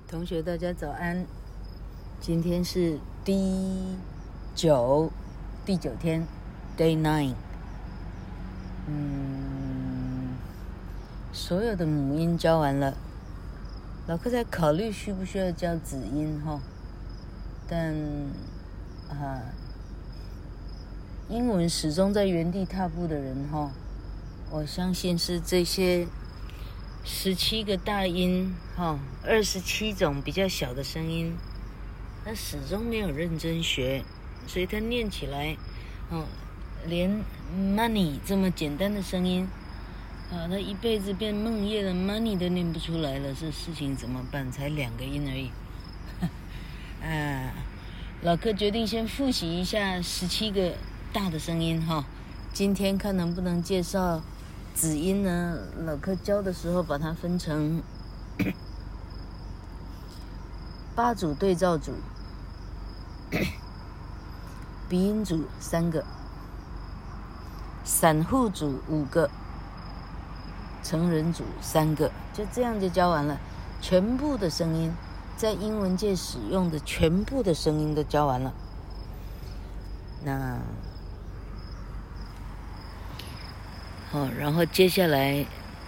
同学大家早安，今天是第九天 Day 9。所有的母音教完了，老课在考虑需不需要教子音哈，但英文始终在原地踏步的人哈，我相信是这些17个大音27种比较小的声音，他始终没有认真学，所以他念起来连 money 这么简单的声音他一辈子变梦夜的 money 都念不出来了，这事情怎么办？才2个音而已老柯决定先复习一下17个大的声音今天看能不能介绍子音呢？老柯教的时候把它分成8组对照组，鼻音组3个，散户组5个，成人组3个，就这样就教完了。全部的声音在英文界使用的全部的声音都教完了。那然后接下来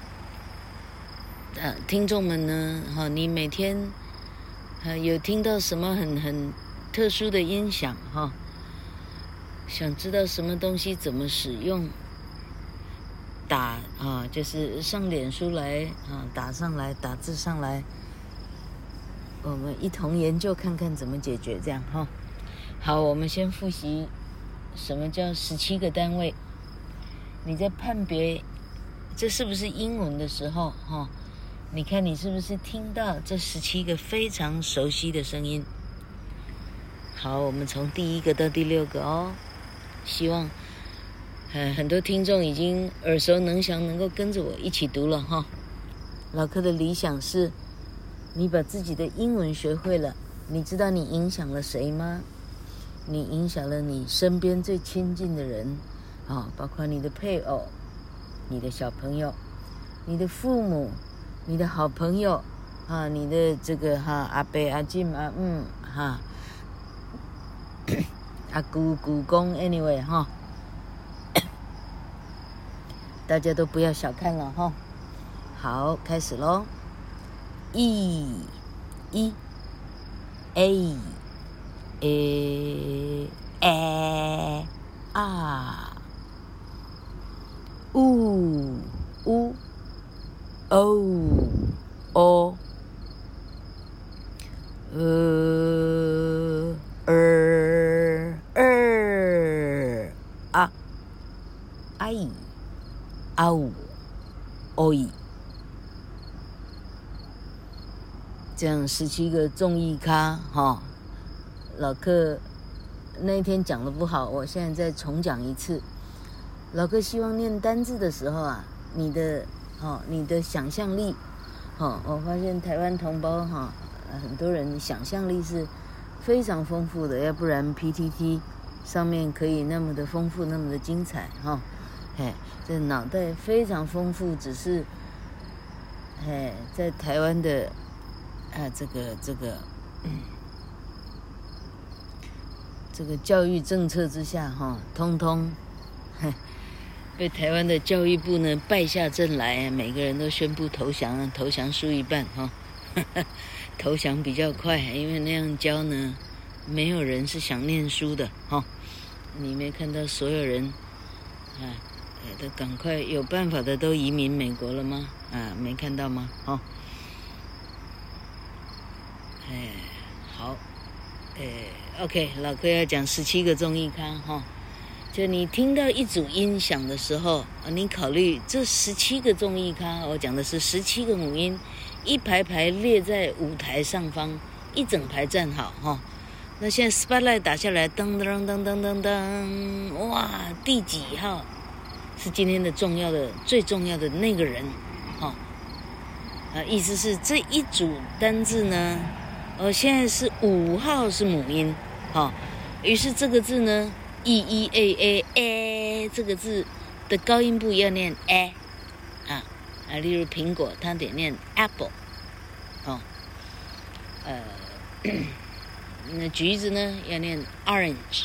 听众们呢你每天有听到什么很特殊的音响想知道什么东西怎么使用，打就是上脸书来打上来，打字上来，我们一同研究看看怎么解决这样好，我们先复习什么叫17个单位。你在判别这是不是英文的时候你看你是不是听到这17个非常熟悉的声音。好，我们从第1个到第6个希望很多听众已经耳熟能详，能够跟着我一起读了老柯的理想是你把自己的英文学会了，你知道你影响了谁吗？你影响了你身边最亲近的人包括你的配偶，你的小朋友，你的父母，你的好朋友你的这个阿伯阿婶阿姆阿姑姑公 anyway 大家都不要小看了好，开始咯。 E E A A A A U U O O A I AU OI， 这样17个综艺咖老柯那一天讲得不好，我现在再重讲一次。老柯希望念单字的时候你的想象力我发现台湾同胞很多人想象力是非常丰富的，要不然 PTT 上面可以那么的丰富，那么的精彩这脑袋非常丰富，只是在台湾的这个教育政策之下通通被台湾的教育部呢败下阵来，每个人都宣布投降，投降输一半投降比较快，因为那样教呢没有人是想念书的你没看到所有人都赶快有办法的都移民美国了吗？没看到吗？好OK， 老柯要讲17个综艺咖就你听到一组音响的时候你考虑这17个综艺咖，我讲的是17个母音，一排排列在舞台上方，一整排站好那现在 spotlight 打下来，噔噔噔噔噔噔，哇，第几号是今天的最重要的那个人意思是这一组单字呢现在是5号是母音于是这个字呢E-E-A-A 这个字的高音部要念例如苹果它得念 apple 那橘子呢要念 orange，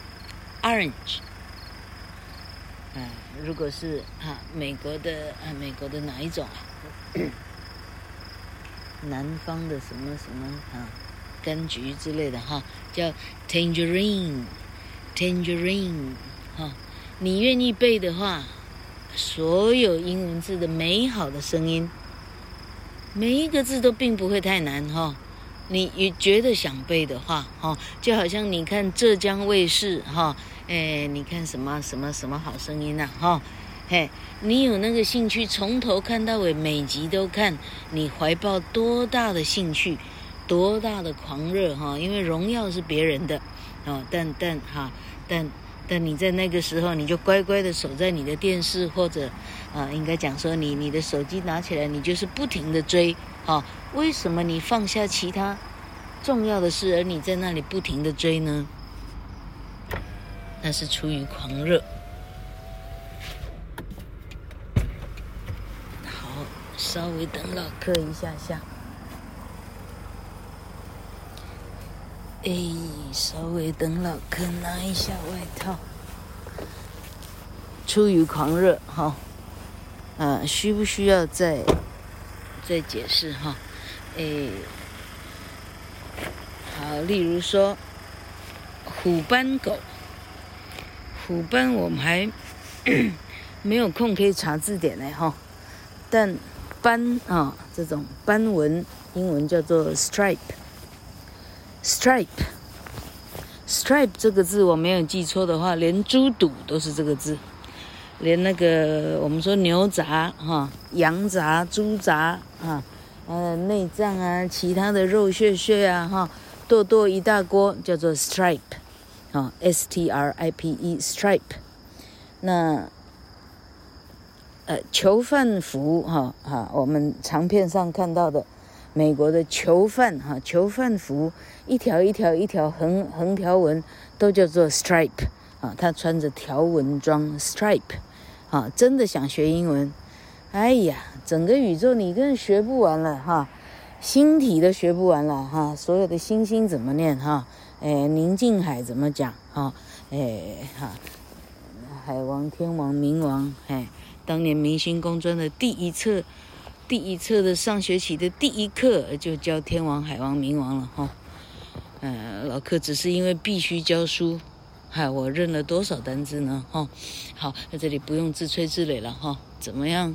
如果是美国的哪一种南方的什么什么柑橘之类的叫 tangerine 你愿意背的话，所有英文字的美好的声音，每一个字都并不会太难你觉得想背的话就好像你看浙江卫视你看什么什么什么好声音你有那个兴趣从头看到尾每集都看，你怀抱多大的兴趣，多大的狂热因为荣耀是别人的但你在那个时候你就乖乖的守在你的电视，或者应该讲说你的手机拿起来，你就是不停的追为什么你放下其他重要的事，而你在那里不停的追呢？那是出于狂热。好，稍微等老客一下下。稍微等老客拿一下外套。出于狂热需不需要再解释好，例如说虎斑狗，虎斑我们还没有空可以查字典但斑这种斑纹英文叫做 stripe 这个字我没有记错的话，连猪肚都是这个字，连那个我们说牛杂羊杂猪杂内脏其他的肉屑剁一大锅叫做 stripe STRIPE stripe。 那囚犯服我们长片上看到的美国的囚犯服，一条横条纹都叫做 stripe 他穿着条纹装 stripe 真的想学英文，哎呀，整个宇宙你根本学不完了星体都学不完了所有的星星怎么念宁静海怎么讲海王天王冥王当年明星公专的第一册的上学期的第一课就教天王海王冥王了老客只是因为必须教书我认了多少单字呢好，在这里不用自吹自擂了怎么样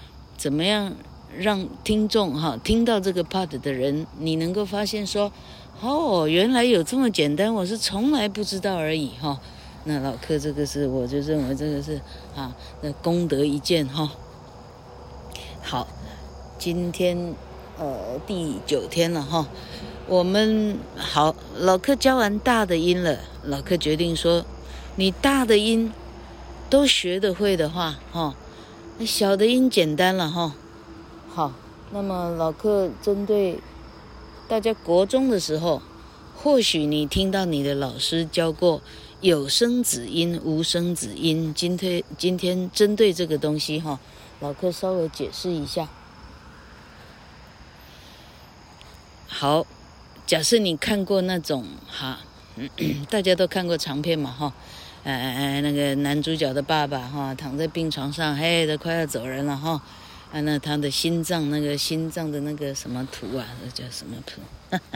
让听众听到这个 part 的人，你能够发现说原来有这么简单，我是从来不知道而已那老客这个是我就认为这个是那功德一件好，今天第9天了我们好，老客教完大的音了，老客决定说你大的音都学得会的话那小的音简单了好，那么老客针对大家国中的时候，或许你听到你的老师教过有声子音无声子音，今天针对这个东西老客稍微解释一下。好，假设你看过那种大家都看过长片嘛那个男主角的爸爸躺在病床上都快要走人了那他的心脏的那个什么图那叫什么图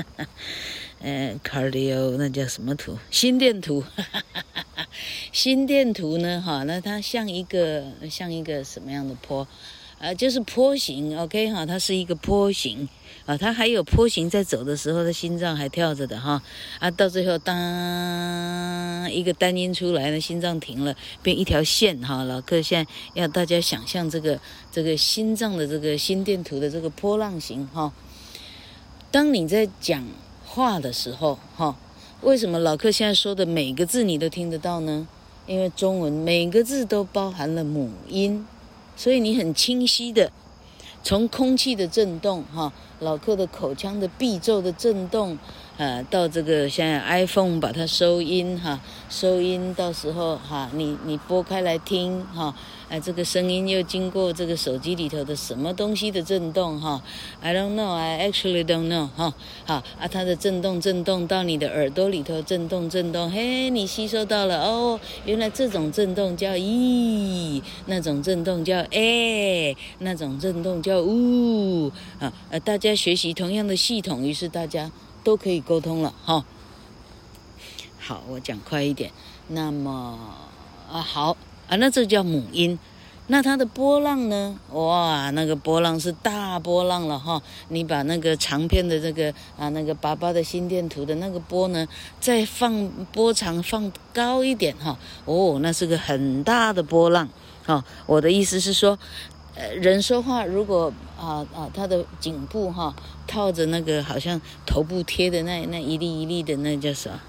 cardio 那叫什么图，心电图心电图呢那它像一个什么样的坡就是坡形 OK 它是一个坡形它还有坡形在走的时候，他心脏还跳着的到最后当一个单音出来呢，心脏停了，变一条线老客现在要大家想象这个心脏的这个心电图的这个波浪形当你在讲话的时候为什么老客现在说的每个字你都听得到呢？因为中文每个字都包含了母音，所以你很清晰的从空气的震动老客的口腔的闭奏的震动，到这个现在 iPhone 把它收音哈，收音到时候哈，你拨开来听哈，这个声音又经过这个手机里头的什么东西的震动哈 ，I don't know, I actually don't know 哈，好它的震动到你的耳朵里头震动，嘿，你吸收到了哦，原来这种震动叫咦，那种震动叫那种震动叫呜大家学习同样的系统，于是大家都可以沟通了哈。好，我讲快一点。那么好那这叫母音。那它的波浪呢？哇，那个波浪是大波浪了哈！你把那个长篇的这个那个爸爸的心电图的那个波呢，再放波长放高一点哈。那是个很大的波浪哈。我的意思是说，人说话如果他的颈部哈套着那个好像头部贴的那一粒一粒的那叫啥？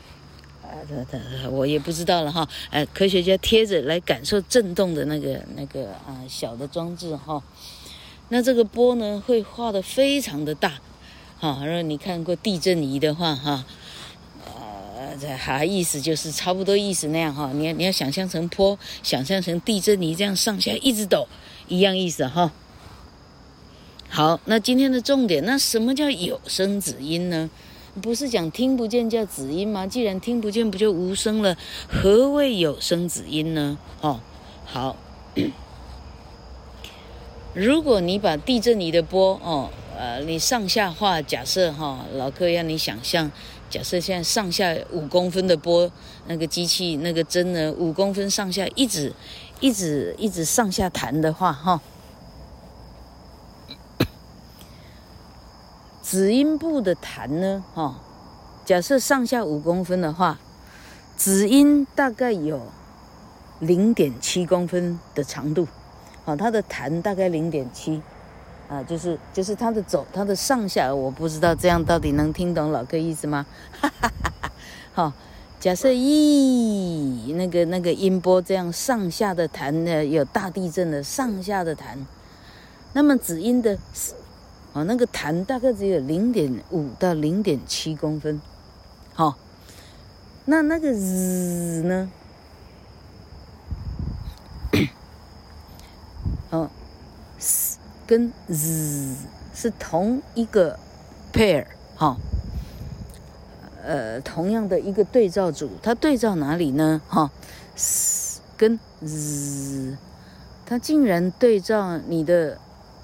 我也不知道了哈，科学家贴着来感受震动的那个小的装置哈，那这个波呢会画得非常的大，哈，如果你看过地震仪的话哈，意思就是差不多意思那样哈，你要想象成波，想象成地震仪这样上下一直抖，一样意思哈。好，那今天的重点，那什么叫有声子音呢？不是讲听不见叫子音吗？既然听不见，不就无声了？何谓有声子音呢？好，如果你把地震仪的波你上下画，假设老客让你想象，假设现在上下5公分的波，那个机器那个针呢5公分上下一直上下弹的话子音部的弹呢假设上下5公分的话，子音大概有 0.7 公分的长度它的弹大概 0.7就是它的上下，我不知道这样到底能听懂老哥意思吗？假设那个音波这样上下的弹呢，有大地震的上下的弹，那么子音的那个弹大概只有 0.5 到 0.7 公分那个z呢s 跟 z 是同一个 pair 同样的一个对照组，它对照哪里呢s 跟 z 它竟然对照你的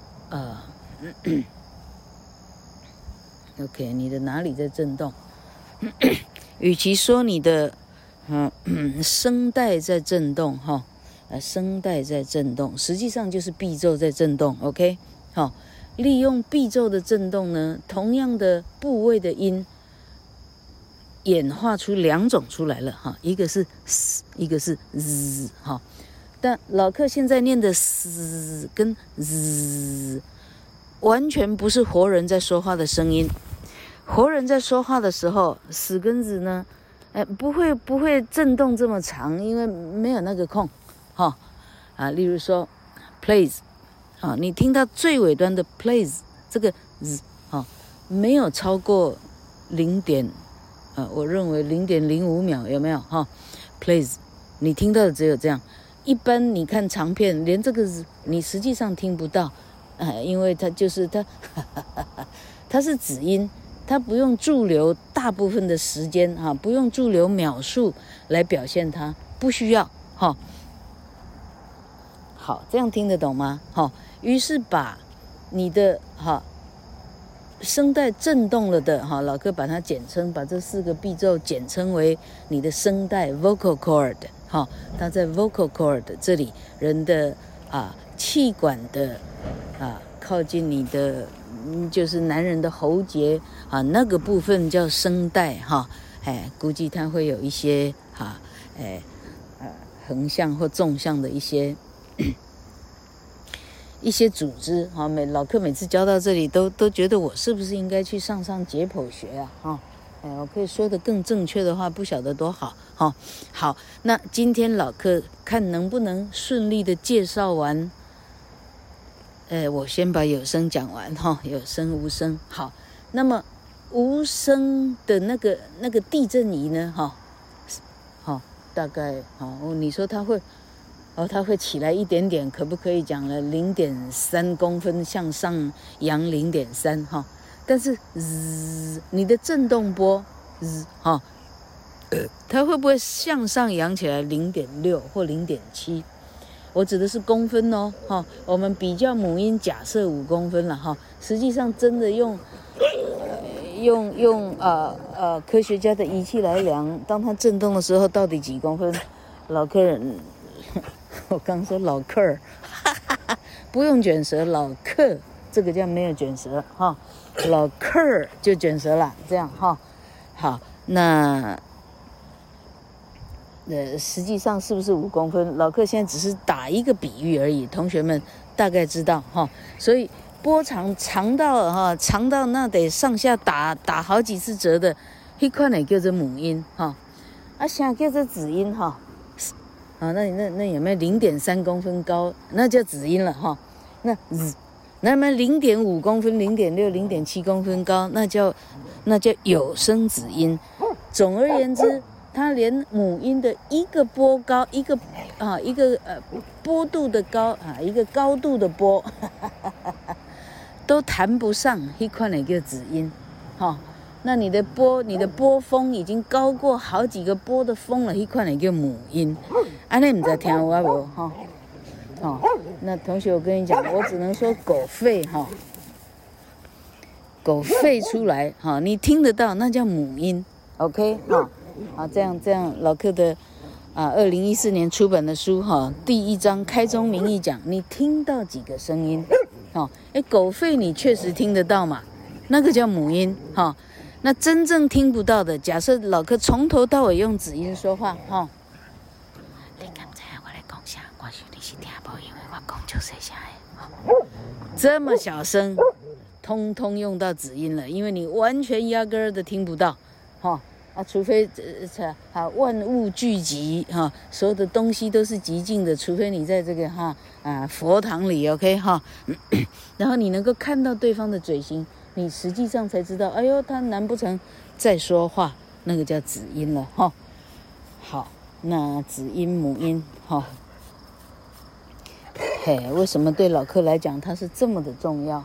OK， 你的哪里在震动？与其说你的声带在震动声带在震动，实际上就是闭奏在震动。OK， 利用闭奏的震动呢，同样的部位的音演化出2种出来了一个是 s， 一个是 z 但老客现在念的 s 跟 z 完全不是活人在说话的声音。活人在说话的时候，死跟子呢，不会震动这么长，因为没有那个空，例如说 plays，你听到最尾端的 plays 这个 z，没有超过我认为 0.05 秒，有没有plays，你听到的只有这样。一般你看长片，连这个 z 你实际上听不到，因为它就是它是子音。它不用驻留大部分的时间不用驻留秒数来表现它，不需要好，这样听得懂吗？于是把你的声带震动了的老哥把它简称，把这4个闭奏简称为你的声带 vocal cord 它在 vocal cord 这里，人的气管的靠近你的就是男人的喉结那个部分叫声带估计它会有一些横向或纵向的一些组织老客每次教到这里都觉得我是不是应该去上解剖学我可以说的更正确的话，不晓得多好好，那今天老客看能不能顺利的介绍完我先把有声讲完哈，有声无声。好，那么无声的那个地震仪呢？哈，好，大概好，你说它会起来一点点，可不可以讲了0.3公分向上扬0.3哈？但是你的振动波哈，它会不会向上扬起来0.6或0.7？我指的是公分哦，哈，我们比较母音假设5公分了哈，实际上真的用科学家的仪器来量，当它震动的时候到底几公分？老客人，我刚说老客儿，不用卷舌，老客这个叫没有卷舌哈，老客儿就卷舌了，这样哈，好，那。实际上是不是5公分？老客现在只是打一个比喻而已，同学们大概知道哈。所以波长长到那得上下打好几次折的，那款也叫做母音哈。啥叫做子音哈？那有没有0.3公分高？那叫子音了哈。那么0.5公分、0.6、0.7公分高，那叫有声子音。总而言之。它连母音的一个波高，一个波度的高一个高度的波，都谈不上，那款也叫子音，那你的波峰已经高过好几个波的峰了，那款也叫母音。你不知道听有无哈？那同学，我跟你讲，我只能说狗吠狗吠出来你听得到，那叫母音 ，OK 这样，老客的2014年出版的书第1章开宗明义讲，你听到几个声音？狗吠你确实听得到嘛，那个叫母音那真正听不到的，假设老客从头到尾用子音说话你敢知我在讲啥？我想你是听不，因为我讲就细声的这么小声，通通用到子音了，因为你完全压根儿的听不到除非万物聚集所有的东西都是极静的，除非你在这个佛堂里 OK 然后你能够看到对方的嘴型，你实际上才知道，哎呦，他难不成在说话？那个叫子音了好，那子音母音为什么对老客来讲它是这么的重要？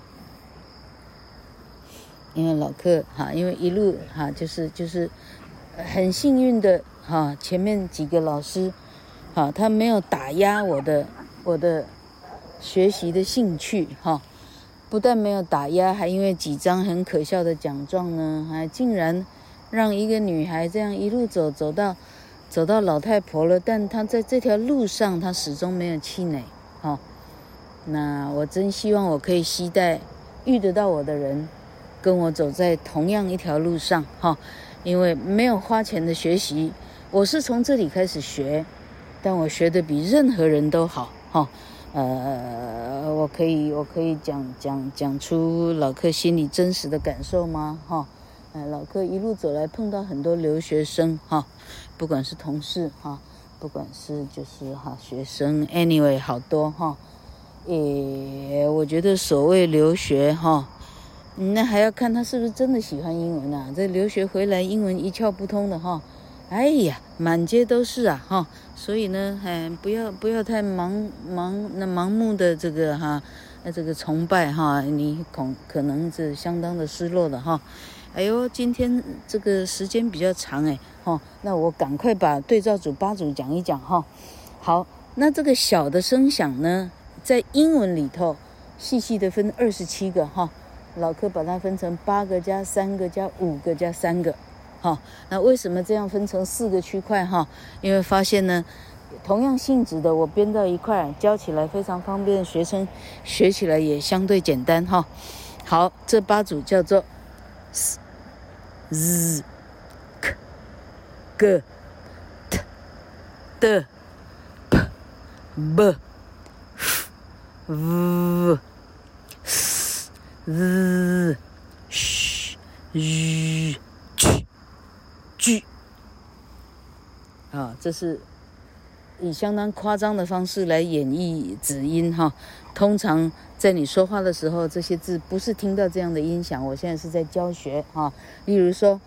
因为老客因为一路就是很幸运的前面几个老师他没有打压我的学习的兴趣不但没有打压，还因为几张很可笑的奖状呢，还竟然让一个女孩这样一路走到老太婆了，但她在这条路上她始终没有气馁那我真希望我可以期待遇得到我的人跟我走在同样一条路上因为没有花钱的学习，我是从这里开始学，但我学的比任何人都好我可以讲出老客心里真实的感受吗老客一路走来碰到很多留学生不管是同事不管是就是学生 anyway 好多我觉得所谓留学那还要看他是不是真的喜欢英文啊，这留学回来英文一窍不通的哎呀满街都是所以呢不要太盲目的这个崇拜你可能是相当的失落的哎呦，今天这个时间比较长那我赶快把对照组8组讲一讲好，那这个小的声响呢，在英文里头细细的分27个老客把它分成8个加3个加5个加3个那为什么这样分成4个区块因为发现呢，同样性质的我编到一块，教起来非常方便，学生学起来也相对简单好，这8组叫做 s z k g t d p b f v s z sh j q 这是以相当夸张的方式来演绎子音哈。通常在你说话的时候，这些字不是听到这样的音响。我现在是在教学哈。例如说，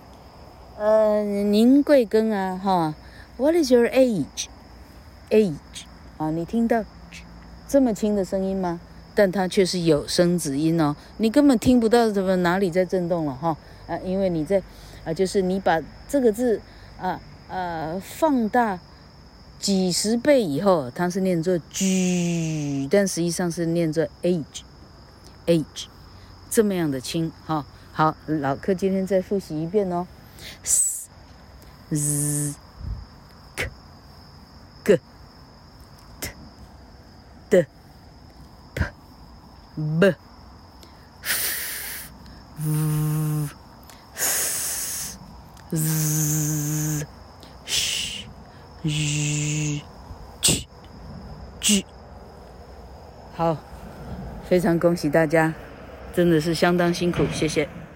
您贵庚啊哈 ？What is your age？ 啊，你听到这么轻的声音吗？但它却是有声子音哦，你根本听不到怎么哪里在震动了哈。因为你在就是你把这个字放大几十倍以后，它是念作 G， 但实际上是念作 age， 这么样的轻哈。好，老课今天再复习一遍哦。S Z K G T D P B F V S Z Sh J G。 好，非常恭喜大家，真的是相当辛苦，谢谢。